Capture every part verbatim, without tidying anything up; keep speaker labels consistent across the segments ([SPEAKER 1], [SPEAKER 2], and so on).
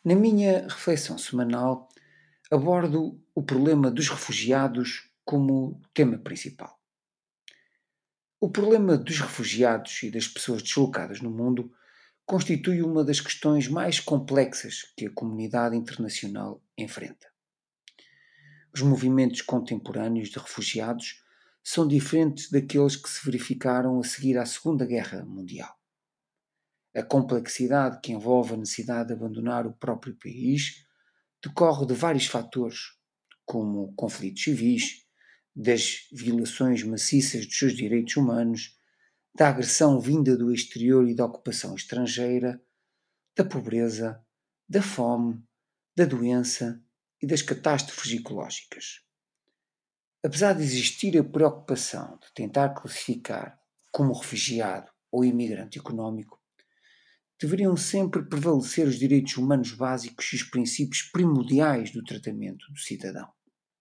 [SPEAKER 1] Na minha reflexão semanal, abordo o problema dos refugiados como tema principal. O problema dos refugiados e das pessoas deslocadas no mundo constitui uma das questões mais complexas que a comunidade internacional enfrenta. Os movimentos contemporâneos de refugiados são diferentes daqueles que se verificaram a seguir à Segunda Guerra Mundial. A complexidade que envolve a necessidade de abandonar o próprio país decorre de vários fatores, como conflitos civis, das violações maciças dos seus direitos humanos, da agressão vinda do exterior e da ocupação estrangeira, da pobreza, da fome, da doença e das catástrofes ecológicas. Apesar de existir a preocupação de tentar classificar como refugiado ou imigrante económico, deveriam sempre prevalecer os direitos humanos básicos e os princípios primordiais do tratamento do cidadão.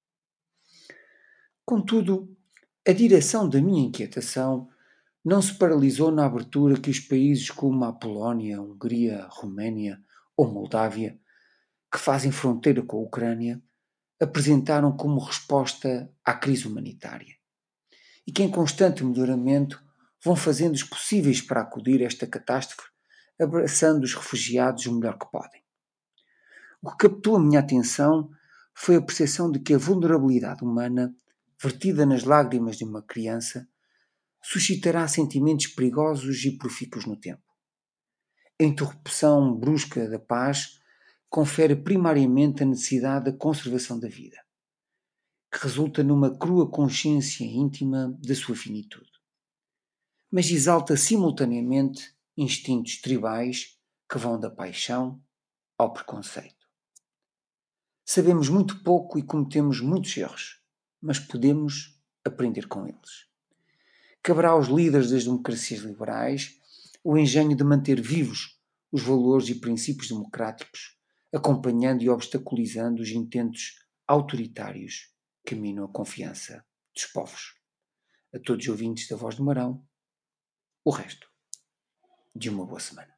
[SPEAKER 1] Contudo, a direção da minha inquietação não se paralisou na abertura que os países como a Polónia, a Hungria, a Roménia ou Moldávia, que fazem fronteira com a Ucrânia, apresentaram como resposta à crise humanitária e que, em constante melhoramento, vão fazendo os possíveis para acudir a esta catástrofe, abraçando os refugiados o melhor que podem. O que captou a minha atenção foi a percepção de que a vulnerabilidade humana, vertida nas lágrimas de uma criança, suscitará sentimentos perigosos e profícuos no tempo. A interrupção brusca da paz confere primariamente a necessidade da conservação da vida, que resulta numa crua consciência íntima da sua finitude, mas exalta simultaneamente instintos tribais que vão da paixão ao preconceito. Sabemos muito pouco e cometemos muitos erros, mas podemos aprender com eles. Caberá aos líderes das democracias liberais o engenho de manter vivos os valores e princípios democráticos, acompanhando e obstaculizando os intentos autoritários que minam a confiança dos povos. A todos os ouvintes da Voz do Marão, o resto de uma boa semana.